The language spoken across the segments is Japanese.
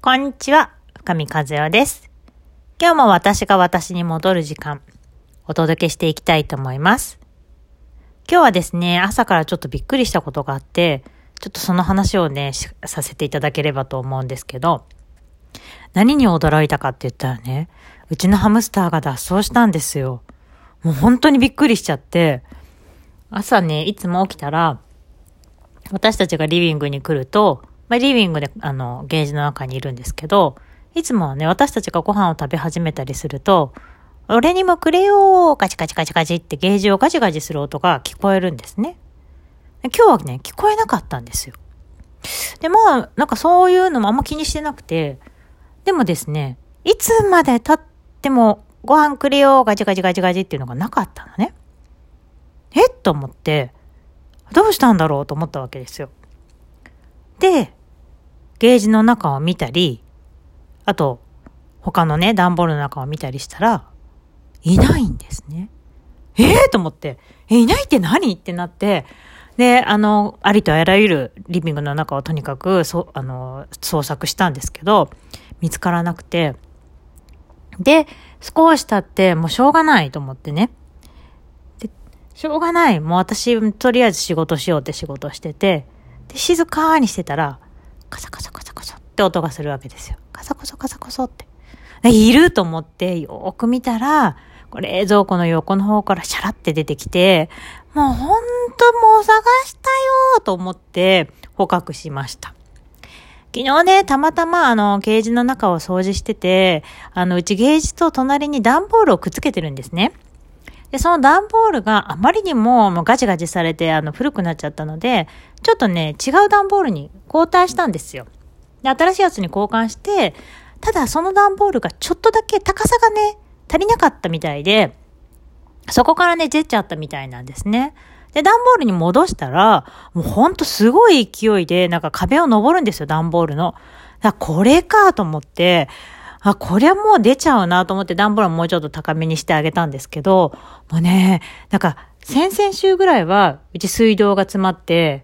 こんにちは、深見和代です。今日も私が私に戻る時間、お届けしていきたいと思います。今日はですね、朝からちょっとびっくりしたことがあって、ちょっとその話をね、させていただければと思うんですけど、何に驚いたかって言ったらね、うちのハムスターが脱走したんですよ。もう本当にびっくりしちゃって、朝ね、いつも起きたら、私たちがリビングに来ると、リビングでゲージの中にいるんですけど、いつもはね、私たちがご飯を食べ始めたりすると、俺にもくれよー、カチカチカチカチってゲージをガチガチする音が聞こえるんですね。今日はね、聞こえなかったんですよ。で、なんかそういうのもあんま気にしてなくて、でもですね、いつまで経ってもご飯くれよー、ガチガチガチガチっていうのがなかったのね。と思って、どうしたんだろうと思ったわけですよ。で、ゲージの中を見たり、あと、他のね、段ボールの中を見たりしたら、いないんですね。と思って、いないって何ってなって、で、ありとあらゆるリビングの中をとにかく、捜索したんですけど、見つからなくて、で、少し経って、もうしょうがないと思ってね。で、しょうがない。もう私、とりあえず仕事しようって仕事してて、で、静かにしてたら、カサカサカサカサって音がするわけですよ。カサコソカサコソって。いると思ってよーく見たら、冷蔵庫の横の方からシャラって出てきて、もうほんともう探したよーと思って捕獲しました。昨日ね、たまたまゲージの中を掃除してて、うちゲージと隣に段ボールをくっつけてるんですね。で、その段ボールがあまりにもガチガチされて古くなっちゃったので、ちょっとね、違う段ボールに交代したんですよ。で、新しいやつに交換して、ただその段ボールがちょっとだけ高さがね、足りなかったみたいで、そこからね、出ちゃったみたいなんですね。で、段ボールに戻したら、もうほんとすごい勢いで、なんか壁を登るんですよ、段ボールの。これかと思って、こりゃもう出ちゃうなと思って段ボールもうちょっと高めにしてあげたんですけど、もうね、なんか先々週ぐらいはうち水道が詰まって、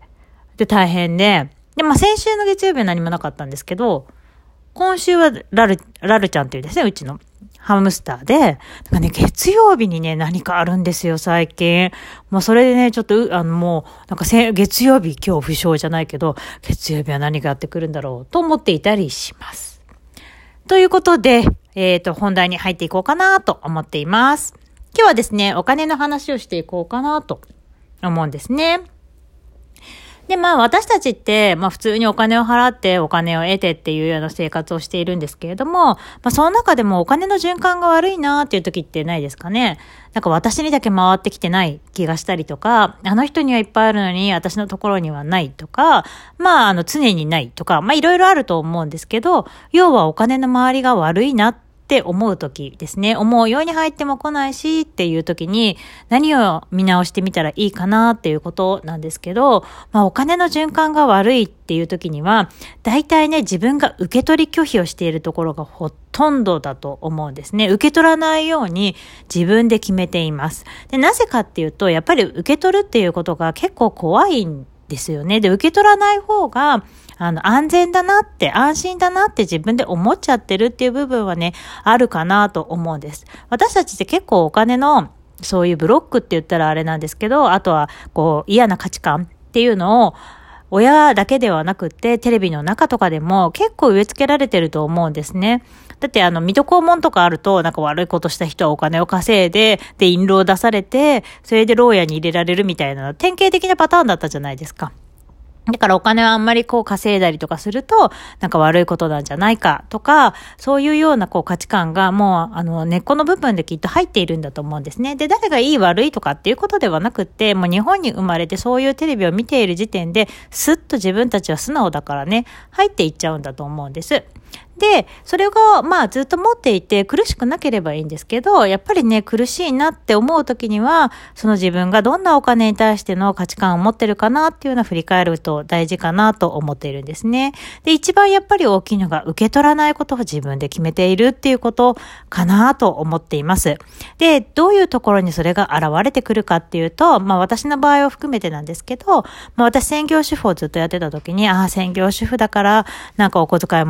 で大変で、先週の月曜日は何もなかったんですけど、今週はラルちゃんっていうですね、うちのハムスターで、なんかね、月曜日にね、何かあるんですよ、最近。もうそれでね、ちょっと、もう、なんか月曜日、今日不詳じゃないけど、月曜日は何がやってくるんだろうと思っていたりします。ということで、本題に入っていこうかなと思っています。今日はですね、お金の話をしていこうかなと思うんですね。で、私たちって、普通にお金を払ってお金を得てっていうような生活をしているんですけれども、その中でもお金の循環が悪いなっていう時ってないですかね。なんか私にだけ回ってきてない気がしたりとか、あの人にはいっぱいあるのに私のところにはないとか、常にないとか、いろいろあると思うんですけど、要はお金の回りが悪いなって思う時ですね。思うように入っても来ないしっていう時に何を見直してみたらいいかなっていうことなんですけど、お金の循環が悪いっていう時には大体ね、自分が受け取り拒否をしているところがほとんどだと思うんですね。受け取らないように自分で決めています。で、なぜかっていうと、やっぱり受け取るっていうことが結構怖いんですよね。で、受け取らない方が安全だなって、安心だなって自分で思っちゃってるっていう部分はね、あるかなと思うんです。私たちって結構お金の、そういうブロックって言ったらあれなんですけど、あとは、嫌な価値観っていうのを、親だけではなくって、テレビの中とかでも結構植え付けられてると思うんですね。だって水戸黄門とかあると、なんか悪いことした人はお金を稼いで、で、印籠を出されて、それで牢屋に入れられるみたいな、典型的なパターンだったじゃないですか。だからお金をあんまり稼いだりとかすると、なんか悪いことなんじゃないかとか、そういうような価値観がもう根っこの部分できっと入っているんだと思うんですね。で、誰がいい悪いとかっていうことではなくって、もう日本に生まれてそういうテレビを見ている時点で、スッと自分たちは素直だからね、入っていっちゃうんだと思うんです。で、それがずっと持っていて苦しくなければいいんですけど、やっぱりね、苦しいなって思うときには、その自分がどんなお金に対しての価値観を持ってるかなっていうのを振り返ると大事かなと思っているんですね。で、一番やっぱり大きいのが受け取らないことを自分で決めているっていうことかなと思っています。で、どういうところにそれが現れてくるかっていうと、私の場合を含めてなんですけど、私専業主婦をずっとやってた時に、専業主婦だからなんかお小遣いもらったら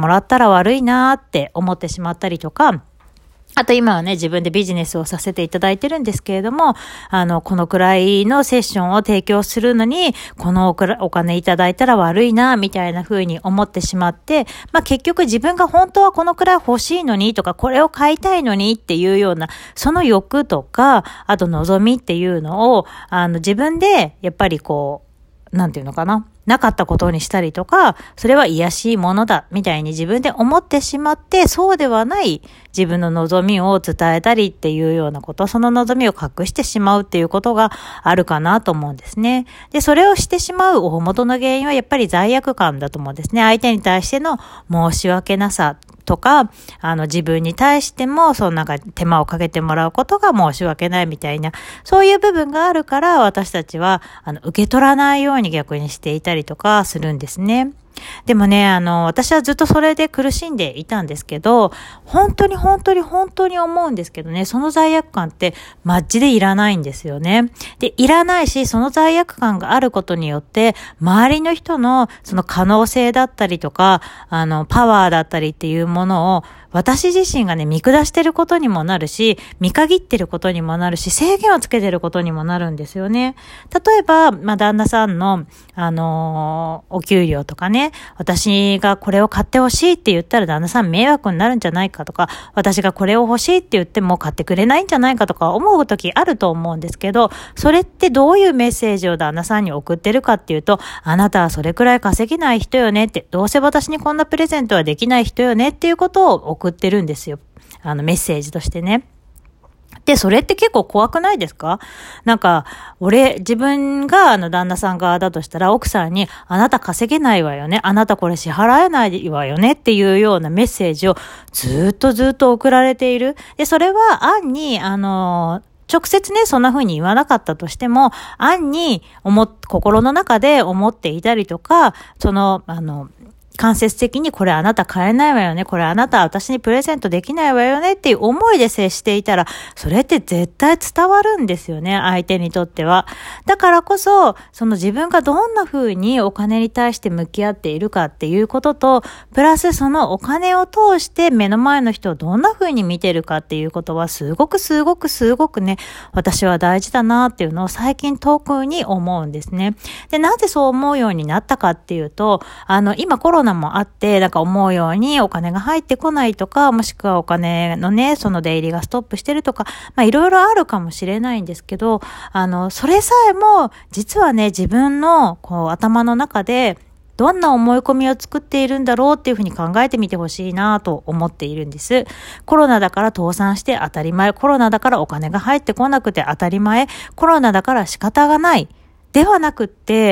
が悪いなって思ってしまったりとか、あと今はね、自分でビジネスをさせていただいてるんですけれども、このくらいのセッションを提供するのに、このお金いただいたら悪いな、みたいな風に思ってしまって、結局自分が本当はこのくらい欲しいのにとか、これを買いたいのにっていうような、その欲とか、あと望みっていうのを、自分で、やっぱりなんていうのかな。なかったことにしたりとか、それは癒しいものだ、みたいに自分で思ってしまって、そうではない自分の望みを伝えたりっていうようなこと、その望みを隠してしまうっていうことがあるかなと思うんですね。で、それをしてしまう大元の原因はやっぱり罪悪感だと思うんですね。相手に対しての申し訳なさとか、自分に対しても、手間をかけてもらうことが申し訳ないみたいな、そういう部分があるから、私たちは、受け取らないように逆にしていたりとかするんですね。でもね、私はずっとそれで苦しんでいたんですけど、本当に思うんですけどね、その罪悪感ってマジでいらないんですよね。で、いらないし、その罪悪感があることによって、周りの人のその可能性だったりとか、パワーだったりっていうものを、私自身がね、見下してることにもなるし、見限ってることにもなるし、制限をつけてることにもなるんですよね。例えば、旦那さんの、お給料とかね、私がこれを買ってほしいって言ったら旦那さん迷惑になるんじゃないかとか、私がこれを欲しいって言っても買ってくれないんじゃないかとか思う時あると思うんですけど、それってどういうメッセージを旦那さんに送ってるかっていうと、あなたはそれくらい稼げない人よねって、どうせ私にこんなプレゼントはできない人よねっていうことを送ってるんですよ。メッセージとしてね。で、それって結構怖くないですか？自分が旦那さん側だとしたら、奥さんに、あなた稼げないわよね。あなたこれ支払えないわよねっていうようなメッセージをずっと送られている。で、それは暗に、直接ね、そんな風に言わなかったとしても、暗に心の中で思っていたりとか、間接的にこれあなた買えないわよね。これあなた私にプレゼントできないわよねっていう思いで接していたら、それって絶対伝わるんですよね。相手にとっては。だからこそ、自分がどんな風にお金に対して向き合っているかっていうことと、プラスそのお金を通して目の前の人をどんな風に見てるかっていうことはすごくね、私は大事だなっていうのを最近特に思うんですね。で、なぜそう思うようになったかっていうと、今コロナもあって、思うようにお金が入ってこないとか、もしくはお金のね、その出入りがストップしてるとか、いろいろあるかもしれないんですけど、それさえも、実はね、自分の、頭の中で、どんな思い込みを作っているんだろうっていうふうに考えてみてほしいなと思っているんです。コロナだから倒産して当たり前、コロナだからお金が入ってこなくて当たり前、コロナだから仕方がない。ではなくって、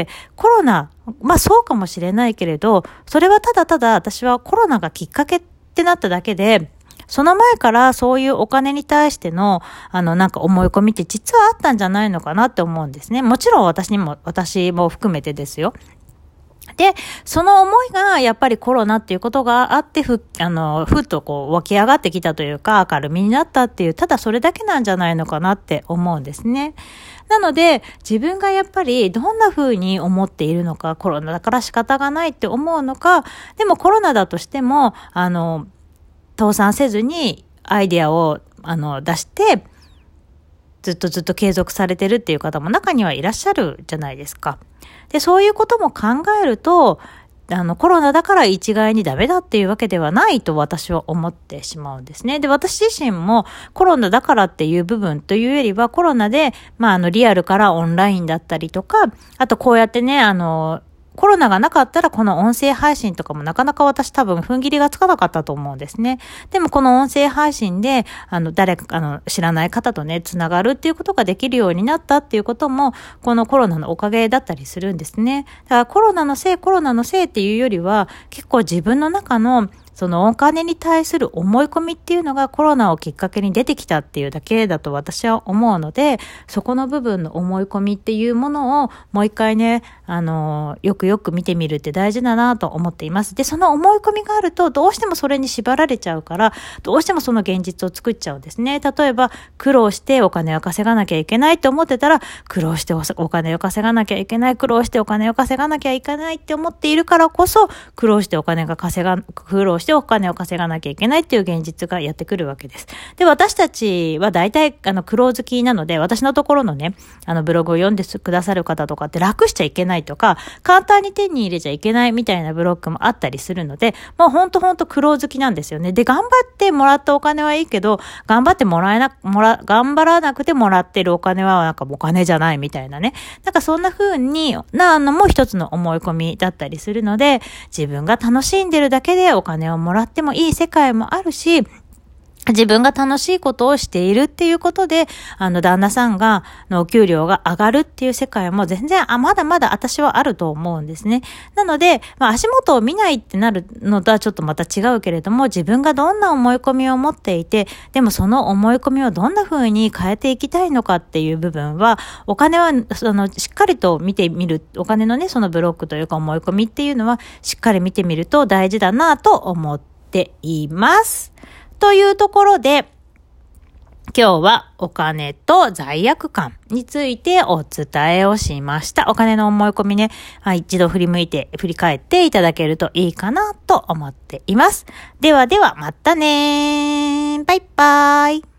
コロナ、そうかもしれないけれど、それはただただ私はコロナがきっかけってなっただけで、その前からそういうお金に対しての、思い込みって実はあったんじゃないのかなって思うんですね。もちろん私も含めてですよ。で、その思いがやっぱりコロナっていうことがあってふっと湧き上がってきたというか明るみになったっていう、ただそれだけなんじゃないのかなって思うんですね。なので、自分がやっぱりどんな風に思っているのか、コロナだから仕方がないって思うのか、でもコロナだとしても、倒産せずにアイデアを出して、ずっと継続されてるっていう方も中にはいらっしゃるじゃないですか。で、そういうことも考えると、コロナだから一概にダメだっていうわけではないと私は思ってしまうんですね。で、私自身もコロナだからっていう部分というよりはコロナで、リアルからオンラインだったりとか、あとこうやってね、コロナがなかったらこの音声配信とかもなかなか私多分踏ん切りがつかなかったと思うんですね。でもこの音声配信で、知らない方とね、つながるっていうことができるようになったっていうことも、このコロナのおかげだったりするんですね。だからコロナのせいっていうよりは、結構自分の中のそのお金に対する思い込みっていうのがコロナをきっかけに出てきたっていうだけだと私は思うので、そこの部分の思い込みっていうものをもう一回ね、よく見てみるって大事だなと思っています。で、その思い込みがあるとどうしてもそれに縛られちゃうから、どうしてもその現実を作っちゃうんですね。例えば、苦労してお金を稼がなきゃいけないって思ってたら、苦労してお金を稼がなきゃいけない、苦労してお金を稼がなきゃいけないって思っているからこそ、苦労してしてお金を稼がなきゃいけないっていう現実がやってくるわけです。で、私たちは大体、苦労好きなので、私のところのね、ブログを読んでくださる方とかって楽しちゃいけないとか、簡単に手に入れちゃいけないみたいなブログもあったりするので、もうほんと苦労好きなんですよね。で、頑張ってもらったお金はいいけど、頑張らなくてもらってるお金はなんかお金じゃないみたいなね。なんかそんな風なのも一つの思い込みだったりするので、自分が楽しんでるだけでお金をもらってもいい世界もあるし、自分が楽しいことをしているっていうことで、旦那さんが、お給料が上がるっていう世界も全然、まだまだ私はあると思うんですね。なので、足元を見ないってなるのとはちょっとまた違うけれども、自分がどんな思い込みを持っていて、でもその思い込みをどんな風に変えていきたいのかっていう部分は、お金は、しっかりと見てみる、お金のね、そのブロックというか思い込みっていうのは、しっかり見てみると大事だなと思っています。というところで、今日はお金と罪悪感についてお伝えをしました。お金の思い込みね、一度振り返っていただけるといいかなと思っています。ではではまたねー。バイバーイ。